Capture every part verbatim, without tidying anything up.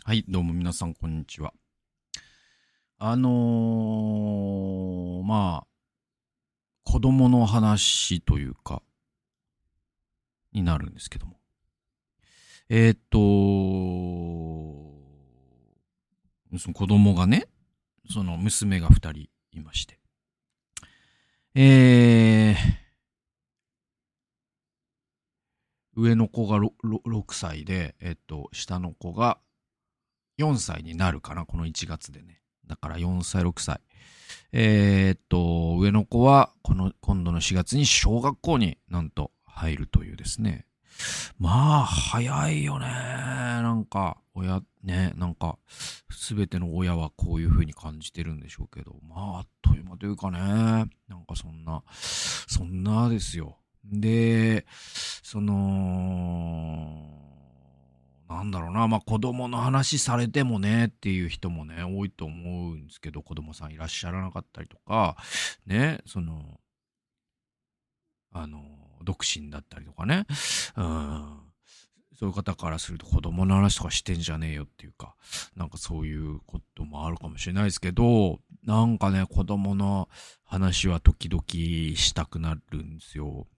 はい、どうも皆さん、こんにちは。あのー、まあ、子供の話というか、になるんですけども。えーっと、その子供がね、その娘が二人いまして。えー、上の子が ろくさいで、えっと、下の子がよんさいになるかな、このいちがつでね。だからよんさい、ろくさい。えーっと、上の子は、この、今度のしがつに小学校になんと入るというですね。まあ、早いよね。なんか、親、ね、なんか、すべての親はこういう風に感じてるんでしょうけど、まあ、あっという間というかね、なんかそんな、そんなですよ。で、その、なんだろうな、まあ子供の話されてもねっていう人もね、多いと思うんですけど、子供さんいらっしゃらなかったりとか、ね、その、あの、独身だったりとかね、うん、そういう方からすると子供の話とかしてんじゃねえよっていうか、なんかそういうこともあるかもしれないですけど、なんかね、子供の話は時々したくなるんですよ。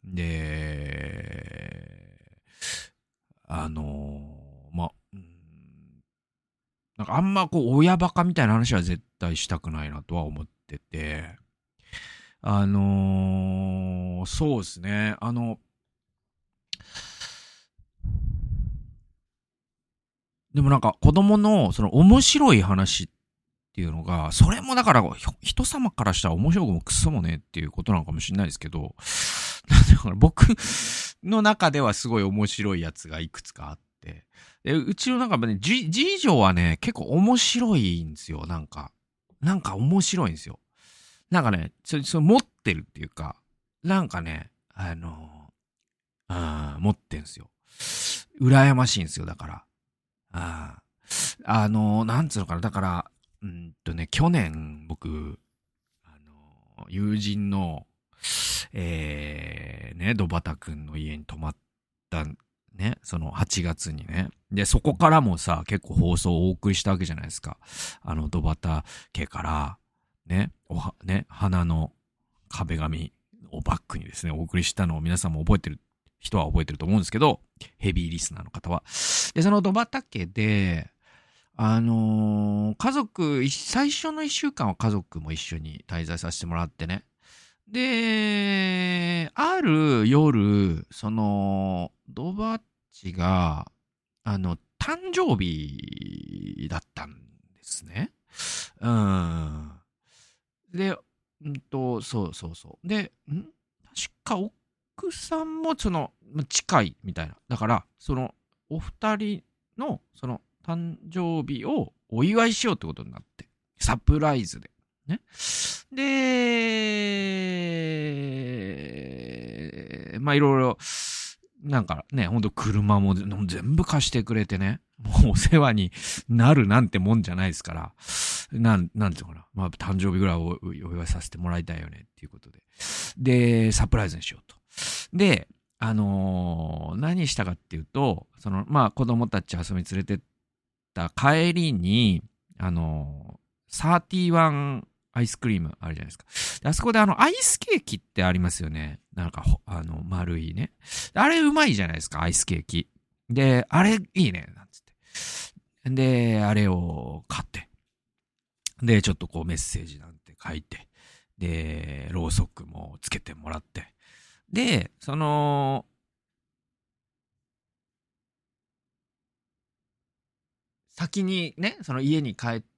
で、あの、まあ、うんなんかあんまこう親バカみたいな話は絶対したくないなとは思ってて、あのー、そうですね、あの、でもなんか子供のその面白い話っていうのが、それもだから人様からしたら面白くもクソもねっていうことなのかもしれないですけど、だから僕の中ではすごい面白いやつがいくつかあって、でうちの中でね、じ、次女はね、結構面白いんですよ、なんか。なんか面白いんですよ。なんかね、それ、それ持ってるっていうか、なんかね、あの、あー持ってんすよ。羨ましいんですよ、だから。ああの、なんつうのかな、だから、うんとね、去年、僕、あの、友人の、えー、ね、ドバタくんの家に泊まったね、そのはちがつにね。で、そこからもさ、結構放送をお送りしたわけじゃないですか。あの、ドバタ家から、ね、おは、ね、花の壁紙をバックにですね、お送りしたのを皆さんも覚えてる人は覚えてると思うんですけど、ヘビーリスナーの方は。で、そのドバタ家で、あのー家族、最初の一週間は家族も一緒に滞在させてもらってね。で、ある夜、その、ドバッチが、あの、誕生日だったんですね。うん。で、うんと、そうそうそう。で、ん確か奥さんもその、近いみたいな。だから、その、お二人の、その、誕生日をお祝いしようってことになって。サプライズで。ね。で、まあいろいろ、なんかね、ほんと車も全部貸してくれてね、もうお世話になるなんてもんじゃないですから、なん、なんていうのかな、まあ誕生日ぐらいおお祝いさせてもらいたいよねっていうことで。で、サプライズにしようと。で、あのー何したかっていうと、その、まあ子供たち遊びに連れてった帰りに、あのーサーティワンアイスクリームあるじゃないですか。であそこであの、アイスケーキってありますよね。なんか、あの、丸いね。あれうまいじゃないですか、アイスケーキ。で、あれいいね、なんつって。で、あれを買って。で、ちょっとこうメッセージなんて書いて。で、ろうそくもつけてもらって。で、その、先にね、その家に帰って、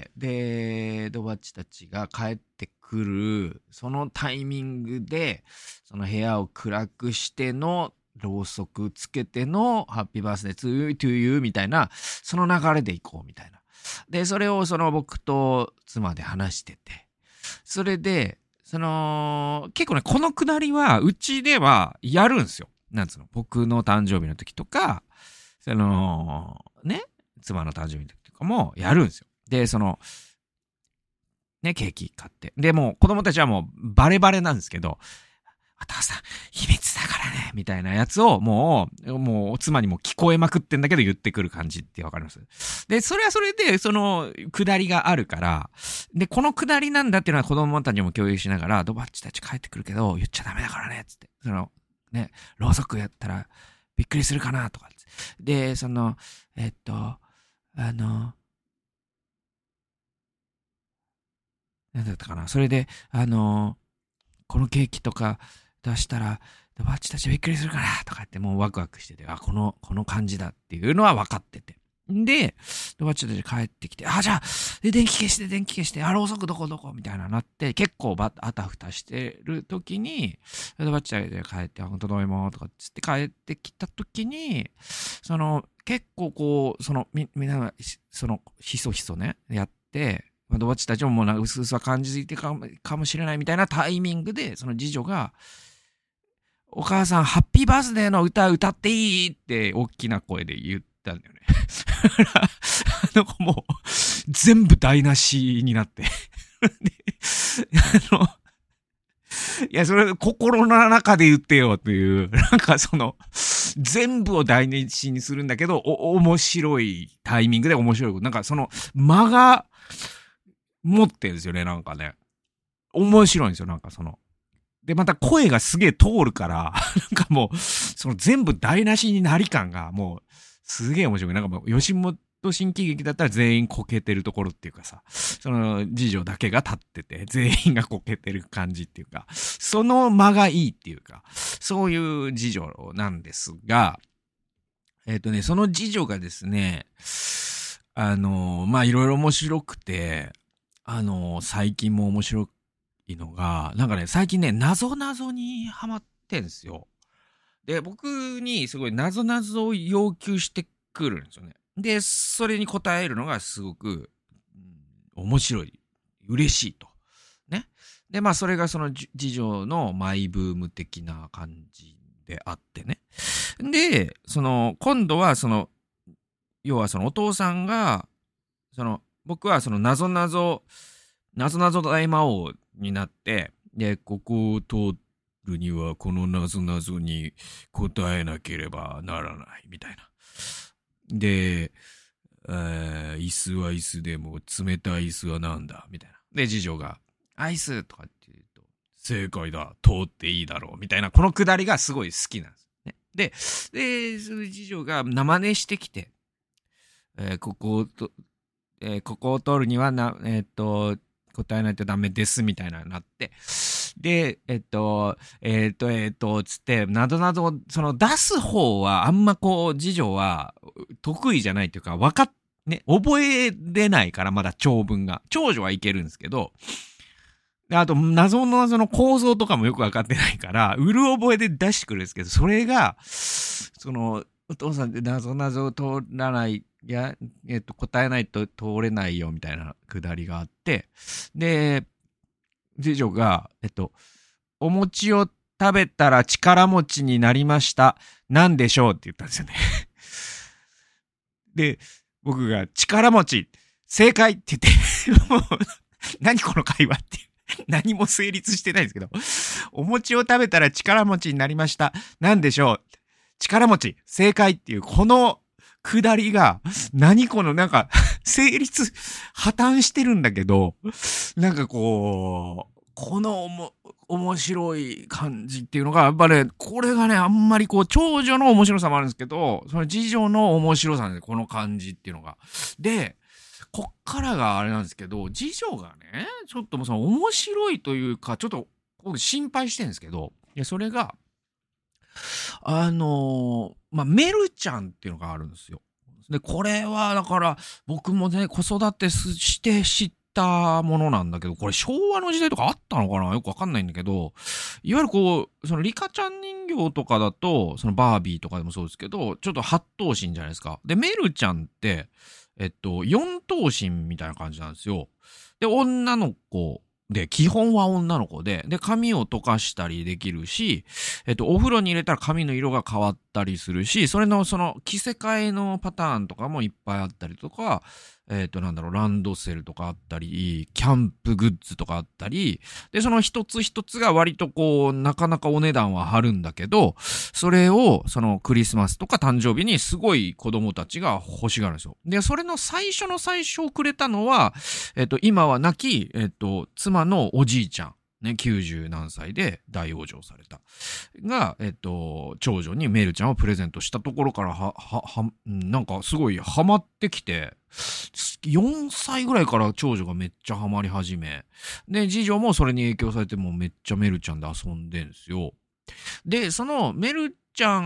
で、ドバッチたちが帰ってくる、そのタイミングで、その部屋を暗くしての、ろうそくつけての、ハッピーバースデートゥーユーみたいな、その流れでいこうみたいな。で、それをその僕と妻で話してて、それで、その、結構ね、このくだりは、うちではやるんですよ。なんつうの、僕の誕生日の時とか、その、ね、妻の誕生日の時とかもやるんですよ。で、その、ね、ケーキ買って。で、もう子供たちはもうバレバレなんですけど、お父さん、秘密だからねねみたいなやつをもう、もう妻にも聞こえまくってんだけど言ってくる感じってわかります？で、それはそれで、その、下りがあるから、で、この下りなんだっていうのは子供たちも共有しながら、ドバッチたち帰ってくるけど、言っちゃダメだからね、つって。その、ね、ろうそくやったらびっくりするかな、とか。で、その、えっと、あの、なんだったかな。それで、あの、このケーキとか出したら、ドバッチたちびっくりするかなとか言ってもうワクワクしてて、あ、この、この感じだっていうのは分かってて。で、ドバッチたち帰ってきて、あ、じゃあ、で電気消して、電気消して、あ、ろうそくどこどこみたいななって、結構バあたふたしてる時に、ドバッチたちが帰って、あ、ほんとどうもとかつって帰ってきた時に、その、結構こう、その、み、みんなが、その、ひそひそね、やって、ドバッチたちももうなんか薄々は感じてかも、かもしれないみたいなタイミングで、その次女が、お母さん、ハッピーバースデーの歌歌っていいって大きな声で言ったんだよね。あの子もう全部台無しになって。あの、いや、それ心の中で言ってよっていう、なんかその、全部を台無しにするんだけど、お、面白いタイミングで面白い。なんかその間が持ってるんですよね、なんかね。面白いんですよ、なんかその。で、また声がすげえ通るから、なんかもう、その全部台無しになり感が、もう、すげえ面白い。なんかもう、吉本新喜劇だったら全員こけてるところっていうかさ、その、次女だけが立ってて、全員がこけてる感じっていうか、その間がいいっていうか、そういう次女なんですが、えっとね、その次女がですね、あの、まあ、いろいろ面白くて、あの、最近も面白くいいのが、なんかね、最近ね、謎謎にハマってんですよ。で、僕にすごい謎謎を要求してくるんですよね。で、それに答えるのがすごく、うん、面白い。嬉しいと。ね。で、まあ、それがその次女のマイブーム的な感じであってね。で、その、今度はその、要はそのお父さんが、その、僕はその謎謎、謎謎大魔王になって、で、ここを通るにはこの謎謎に答えなければならないみたいな。で、えー、椅子は椅子でも冷たい椅子はなんだみたいな。で、次女がアイスとかって言うと正解だ、通っていいだろうみたいな、このくだりがすごい好きなんです。ね、で、で、その次女が生寝してきて、えー、ここをと、えー、ここを通るにはな、えー、っと、答えないとダメですみたいなのになって、で、えっと、えっと、えっと、つって、などなど、その出す方はあんまこう、次女は得意じゃないというか、わかっ、ね、覚えれないから、まだ長文が。長女はいけるんですけど、あと、謎の謎の構造とかもよくわかってないから、うる覚えで出してくるんですけど、それが、その、お父さんって謎謎を通らない、いや、えっと、答えないと通れないよ、みたいなくだりがあって、で、次女が、えっと、お餅を食べたら力持ちになりました。なんでしょうって言ったんですよね。で、僕が力持ち、正解って言って、もう、何この会話っていう。何も成立してないんですけど、お餅を食べたら力持ちになりました。なんでしょう。力持ち、正解っていう、このくだりが、何このなんか、成立、破綻してるんだけど、なんかこう、このおも、面白い感じっていうのが、やっぱね、これがね、あんまりこう、長女の面白さもあるんですけど、その次女の面白さなんです、この感じっていうのが。で、こっからがあれなんですけど、次女がね、ちょっともうその面白いというか、ちょっと僕心配してるんですけど、いや、それが、あのー、まあ、メルちゃんっていうのがあるんですよ。で、これは、だから、僕もね、子育てして知ったものなんだけど、これ昭和の時代とかあったのかなよくわかんないんだけど、いわゆるこう、そのリカちゃん人形とかだと、そのバービーとかでもそうですけど、ちょっと八頭身じゃないですか。で、メルちゃんって、えっと、四頭身みたいな感じなんですよ。で、女の子で、基本は女の子で、で、髪を溶かしたりできるし、えっと、お風呂に入れたら髪の色が変わっったりするし、それのその着せ替えのパターンとかもいっぱいあったりとか、えっと、なんだろう、ランドセルとかあったり、キャンプグッズとかあったり、で、その一つ一つが割とこう、なかなかお値段は張るんだけど、それを、そのクリスマスとか誕生日にすごい子供たちが欲しがるんですよ。で、それの最初の最初をくれたのは、えっと、今は亡き、えっと、妻のおじいちゃん。ね、きゅうじゅう何歳で大往生された。が、えっと、長女にメルちゃんをプレゼントしたところから、は、は、は、なんかすごいハマってきて、よんさいぐらいから長女がめっちゃハマり始め、で、次女もそれに影響されてもうめっちゃメルちゃんで遊んでんすよ。で、そのメルちゃ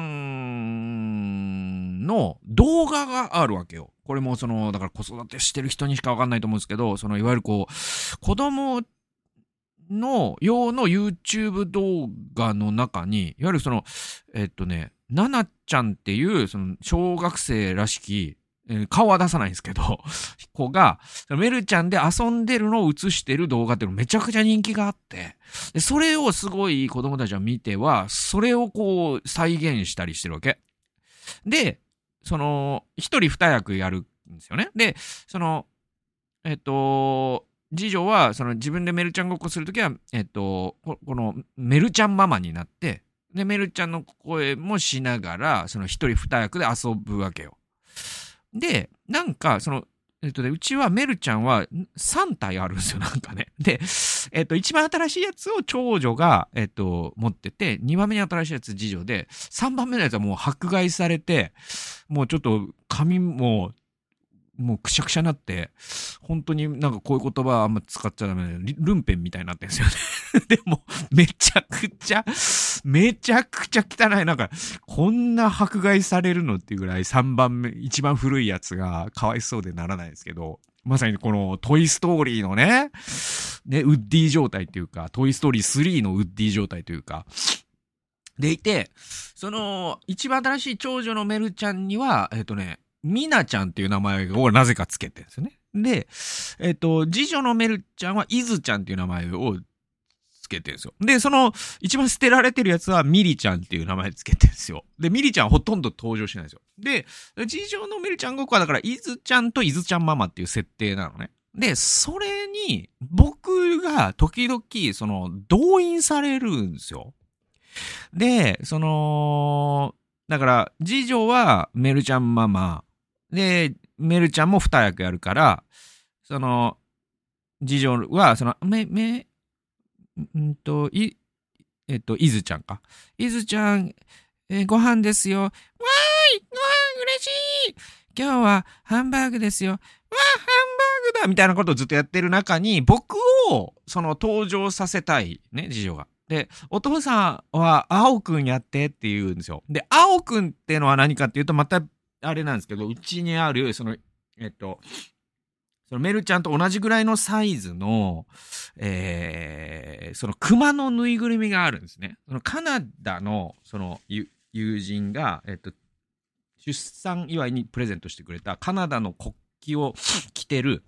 んの動画があるわけよ。これもその、だから子育てしてる人にしかわかんないと思うんですけど、そのいわゆるこう、子供の用の YouTube 動画の中に、いわゆるその、えっとね、ナナちゃんっていう、その、小学生らしき、えー顔は出さないんですけど、子が、メルちゃんで遊んでるのを映してる動画っていうのめちゃくちゃ人気があって、でそれをすごい子供たちは見ては、それをこう、再現したりしてるわけ。で、その、一人二役やるんですよね。で、その、えっと、次女は、その自分でメルちゃんごっこするときは、えっと、ここのメルちゃんママになって、で、メルちゃんの声もしながら、その一人二役で遊ぶわけよ。で、なんか、その、えっとね、うちはメルちゃんはさん体あるんですよ、なんかね。で、えっと、一番新しいやつを長女が、えっと、持ってて、にばんめに新しいやつ次女で、さんばんめのやつはもう迫害されて、もうちょっと髪も、もうくしゃくしゃになって、本当になんかこういう言葉あんま使っちゃダメで、ルンペンみたいになってるんですよね。でも、めちゃくちゃ、めちゃくちゃ汚い。なんか、こんな迫害されるのっていうぐらいさんばんめ、一番古いやつがかわいそうでならないですけど、まさにこのトイストーリーのね、ね、ウッディ状態っていうか、トイストーリースリーのウッディ状態というか、でいて、その、一番新しい長女のメルちゃんには、えっとね、ミナちゃんっていう名前をなぜかつけてるんですよね。で、えっと、次女のメルちゃんはイズちゃんっていう名前をつけてるんですよ。で、その、一番捨てられてるやつはミリちゃんっていう名前つけてるんですよ。で、ミリちゃんほとんど登場しないんですよ。で、次女のメルちゃんごっこはだから、イズちゃんとイズちゃんママっていう設定なのね。で、それに、僕が時々、その、動員されるんですよ。で、その、だから、次女はメルちゃんママ、で、メルちゃんも二役やるから、その、次女は、その、め、め、んと、い、えっと、いずちゃんか。いずちゃん、えーご飯ですよ。わーい、ご飯嬉しい。今日はハンバーグですよ。わー、ハンバーグだみたいなことをずっとやってる中に、僕を、その、登場させたい、ね、次女が。で、お父さんは、青くんやってって言うんですよ。で、青くんってのは何かっていうと、また、あれなんですけど、うちにある、その、えっと、そのメルちゃんと同じぐらいのサイズの、えー、その熊のぬいぐるみがあるんですね。そのカナダの、その友人が、えっと、出産祝いにプレゼントしてくれたカナダの国旗を着てる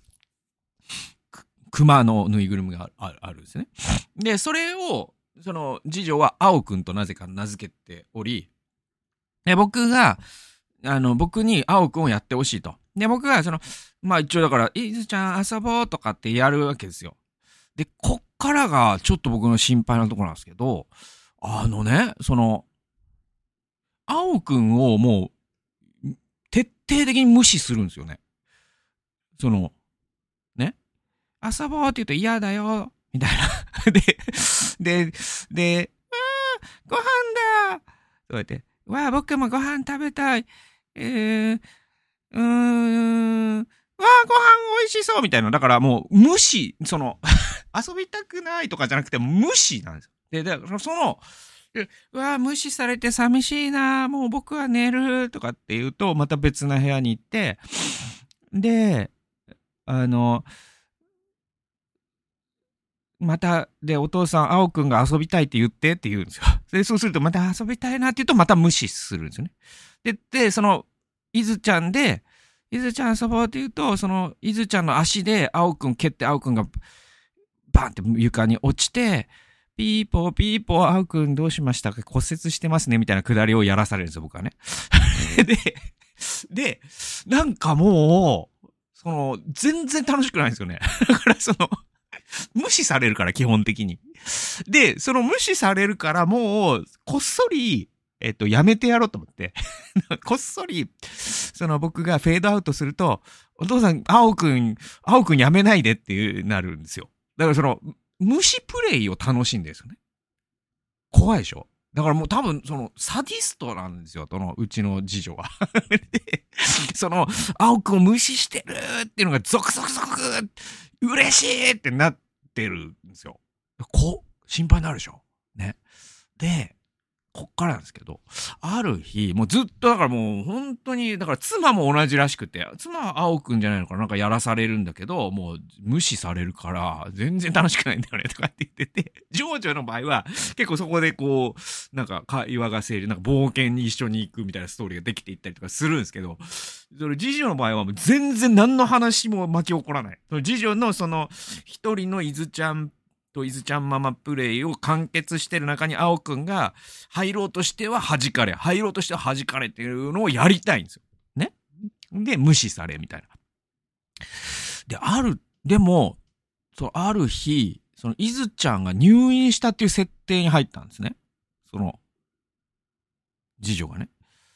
熊のぬいぐるみがある、あるんですね。で、それを、その次女は青くんとなぜか名付けており、で僕が、あの、僕に青くんをやってほしいと。で、僕が、その、まあ一応だから、いずちゃん遊ぼうとかってやるわけですよ。で、こっからがちょっと僕の心配なところなんですけど、あのね、その、青くんをもう、徹底的に無視するんですよね。その、ね。遊ぼうって言うと嫌だよ、みたいな。で、で、で、わー、ご飯だとか言って、わー、僕もご飯食べたい。えー、うーん、わー、ご飯美味しそうみたいな。だからもう、無視、その、遊びたくないとかじゃなくて、無視なんですよ。で、だからその、うわー、無視されて寂しいな、もう僕は寝るとかって言うと、また別な部屋に行って、で、あの、また、で、お父さん、青くんが遊びたいって言ってって言うんですよ。で、そうすると、また遊びたいなって言うと、また無視するんですよね。で、で、その、いずちゃんで、いずちゃん遊ぼうって言うと、その、いずちゃんの足で青くん蹴って青くんがバーンって床に落ちて、 ピーポーピーポー、あおくんどうしましたか、骨折してますねみたいなくだりをやらされるんですよ、僕はね。で、で、なんかもう、その、全然楽しくないんですよね。だからその、無視されるから、基本的に。で、その無視されるから、もう、こっそり、えっと、やめてやろうと思って。こっそり、その僕がフェードアウトすると、お父さん、青くん、青くんやめないでっていう、なるんですよ。だからその、無視プレイを楽しんでるんですよね。怖いでしょ。だからもう多分、その、サディストなんですよ、その、うちの次女は。で、その、青くんを無視してるっていうのが、ゾクゾクゾク嬉しいってなってるんですよ。こう、心配になるでしょ。ね。で、こっからなんですけど、ある日、もうずっとだからもう本当に、だから妻も同じらしくて、妻は青くんじゃないのかな、なんかやらされるんだけど、もう無視されるから、全然楽しくないんだよね、とかって言ってて、長女の場合は、結構そこでこう、なんか会話が整理、なんか冒険に一緒に行くみたいなストーリーができていったりとかするんですけど、それ次女の場合はもう全然何の話も巻き起こらない。次女のその、一人の伊豆ちゃんと伊豆ちゃんママプレイを完結してる中に青くんが入ろうとしては弾かれ、入ろうとしては弾かれっていうのをやりたいんですよ。ね。で、無視されみたいな。で、ある、でも、そう、ある日、その伊豆ちゃんが入院したっていう設定に入ったんですね。その、次女がね。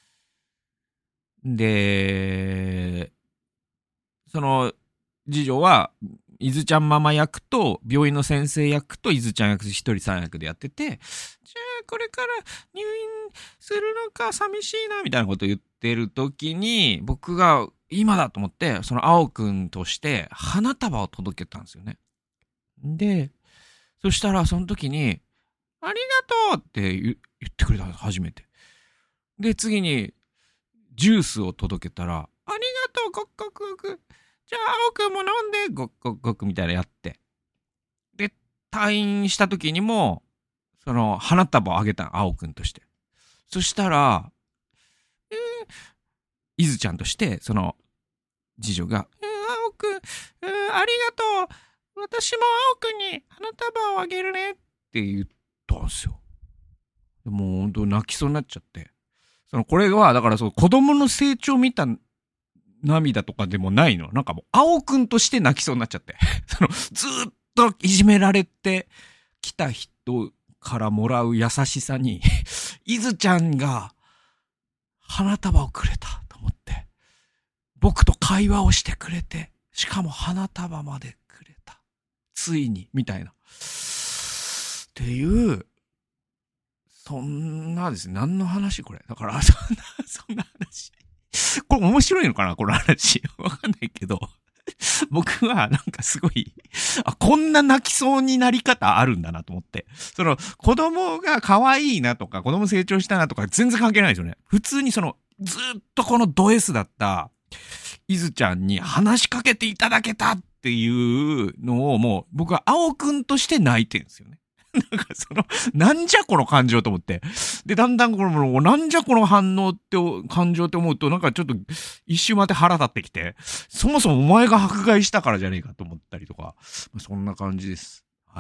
で、その、次女は、伊豆ちゃんママ役と病院の先生役と伊豆ちゃん役一人三役でやってて、じゃあこれから入院するのか寂しいなみたいなことを言ってる時に、僕が今だと思ってその青くんとして花束を届けたんですよね。で、そしたらその時にありがとうって言ってくれたんです、初めて。で、次にジュースを届けたら、ありがとう、ごっごくごく。じゃあ、青くんも飲んで、ごっごっごくみたいなやって。で、退院した時にも、その、花束をあげたの、青くんとして。そしたら、えー、伊豆ちゃんとして、その、次女が、えー、青くん、えー、ありがとう。私も青くんに花束をあげるねって言ったんですよ。もう本当泣きそうになっちゃって。その、これは、だからそう、子供の成長を見た涙とかでもないの。なんかもう、青くんとして泣きそうになっちゃって。その、ずーっといじめられてきた人からもらう優しさに、伊豆ちゃんが花束をくれたと思って、僕と会話をしてくれて、しかも花束までくれた。ついに、みたいな。っていう、そんなですね、何の話これ。だから、そんな、そんな話。これ面白いのかなこの話。わかんないけど。僕はなんかすごい、あ、こんな泣きそうになり方あるんだなと思って。その、子供が可愛いなとか、子供成長したなとか全然関係ないですよね。普通にその、ずっとこのド S だった、伊豆ちゃんに話しかけていただけたっていうのをもう、僕は青くんとして泣いてるんですよね。なんかその、なんじゃこの感情と思って。で、だんだんこの、なんじゃこの反応って、感情って思うと、なんかちょっと一周待って腹立ってきて、そもそもお前が迫害したからじゃねえかと思ったりとか、そんな感じです。はい。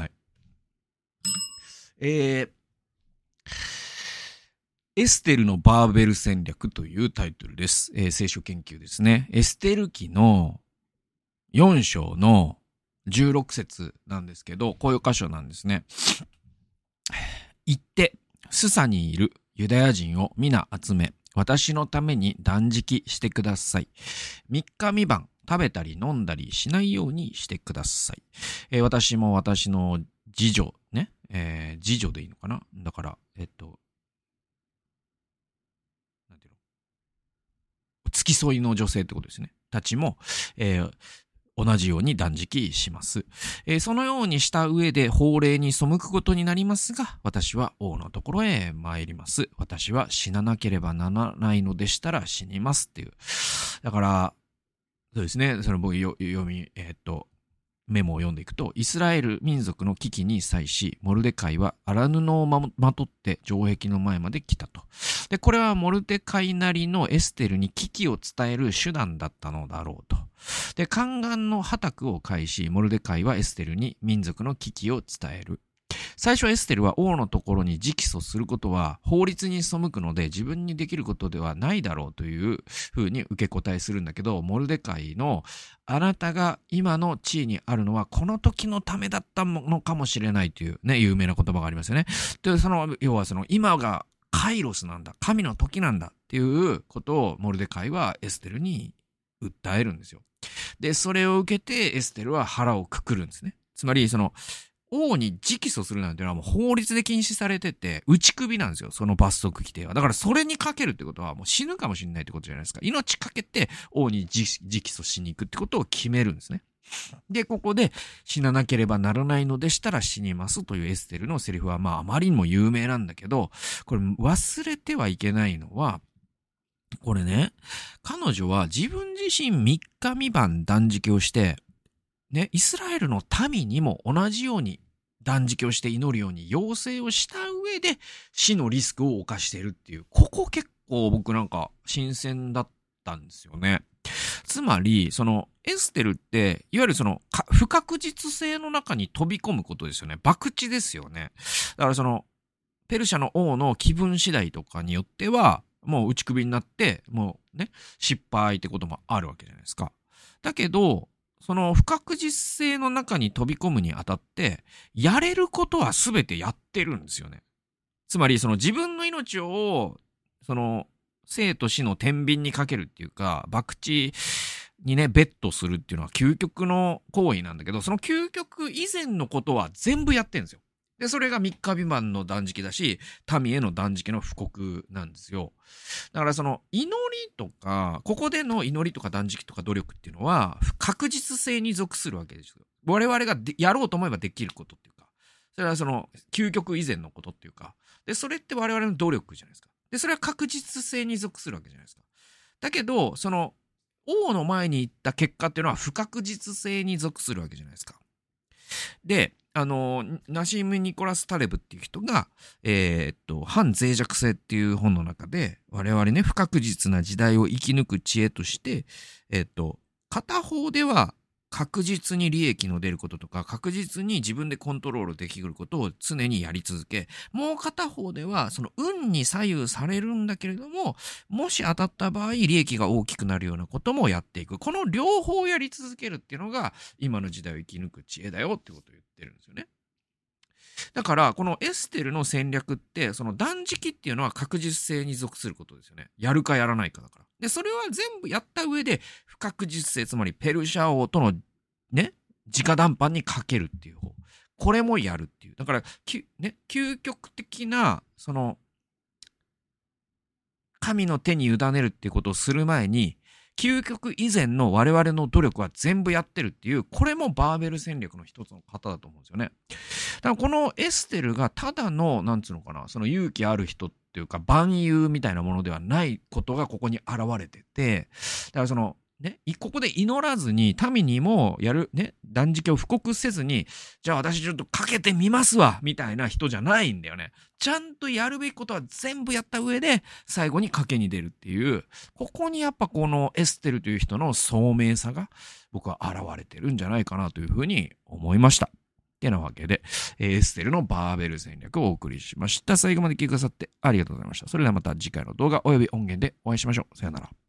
えー、エステルのバーベル戦略というタイトルです。えー、聖書研究ですね。エステル記のよん章のじゅうろく節なんですけど、こういう箇所なんですね。行って、スサにいるユダヤ人を皆集め、私のために断食してください。みっかみばん食べたり飲んだりしないようにしてください。えー、私も私の次女ね、えー、次女でいいのかな？だから、えっと、なんていうの？付き添いの女性ってことですね。たちも、えー同じように断食します、えー。そのようにした上で法令に背くことになりますが、私は王のところへ参ります。私は死ななければならないのでしたら死にますっていう。だから、そうですね。その僕よ読み、えー、っと、メモを読んでいくと、イスラエル民族の危機に際し、モルデカイは荒布をまとって城壁の前まで来たと。で、これはモルデカイなりのエステルに危機を伝える手段だったのだろうと。で、宦官の破卓を介し、モルデカイはエステルに民族の危機を伝える。 最初エステルは王のところに直訴することは法律に背くので自分にできることではないだろうというふうに受け答えするんだけど、モルデカイのあなたが今の地位にあるのはこの時のためだったのかもしれないというね、有名な言葉がありますよね。で、その、要はその今がカイロスなんだ、神の時なんだっていうことをモルデカイはエステルに訴えるんですよ。で、それを受けてエステルは腹をくくるんですね。つまり、その、王に直訴するなんていうのはもう法律で禁止されてて、打ち首なんですよ、その罰則規定は。だからそれにかけるってことはもう死ぬかもしれないってことじゃないですか。命かけて王に直訴しに行くってことを決めるんですね。で、ここで死ななければならないのでしたら死にますというエステルのセリフはまああまりにも有名なんだけど、これ忘れてはいけないのは、これね、彼女は自分自身みっかみばん断食をして、ね、イスラエルの民にも同じように断食をして祈るように要請をした上で死のリスクを冒しているっていう、ここ結構僕なんか新鮮だったんですよね。つまり、そのエステルって、いわゆるその不確実性の中に飛び込むことですよね。博打ですよね。だからその、ペルシャの王の気分次第とかによっては、もう打ち首になって、もうね、失敗ってこともあるわけじゃないですか。だけど、その不確実性の中に飛び込むにあたって、やれることは全てやってるんですよね。つまり、その自分の命を、その、生と死の天秤にかけるっていうか、博打にね、ベットするっていうのは究極の行為なんだけど、その究極以前のことは全部やってるんですよ。で、それがみっかみばんの断食だし、民への断食の布告なんですよ。だからその祈りとか、ここでの祈りとか断食とか努力っていうのは、確実性に属するわけですよ。我々がやろうと思えばできることっていうか、それはその究極以前のことっていうか、で、それって我々の努力じゃないですか。で、それは確実性に属するわけじゃないですか。だけど、その、王の前に行った結果っていうのは不確実性に属するわけじゃないですか。で、あの、ナシーム・ニコラス・タレブっていう人が、えー、っと、反脆弱性っていう本の中で、我々ね、不確実な時代を生き抜く知恵として、えー、っと、片方では確実に利益の出ることとか、確実に自分でコントロールできることを常にやり続け、もう片方ではその運に左右されるんだけれども、もし当たった場合、利益が大きくなるようなこともやっていく。この両方をやり続けるっていうのが、今の時代を生き抜く知恵だよってことを言ってるんですよね。だから、このエステルの戦略って、その断食っていうのは確実性に属することですよね。やるかやらないかだから。で、それは全部やった上で、不確実性、つまりペルシャ王とのね、直談判にかけるっていう方。これもやるっていう。だから、きね、究極的な、その、神の手に委ねるっていうことをする前に、究極以前の我々の努力は全部やってるっていう、これもバーベル戦略の一つの方だと思うんですよね。だからこのエステルがただの、なんつうのかな、その勇気ある人っていうか、万有みたいなものではないことがここに現れてて、だからその、ね、ここで祈らずに、民にもやる、ね、断食を布告せずに、じゃあ私ちょっとかけてみますわ、みたいな人じゃないんだよね。ちゃんとやるべきことは全部やった上で、最後に賭けに出るっていう、ここにやっぱこのエステルという人の聡明さが、僕は現れてるんじゃないかなというふうに思いました。ってなわけで、エステルのバーベル戦略をお送りしました。最後まで聞いてくださってありがとうございました。それではまた次回の動画および音源でお会いしましょう。さよなら。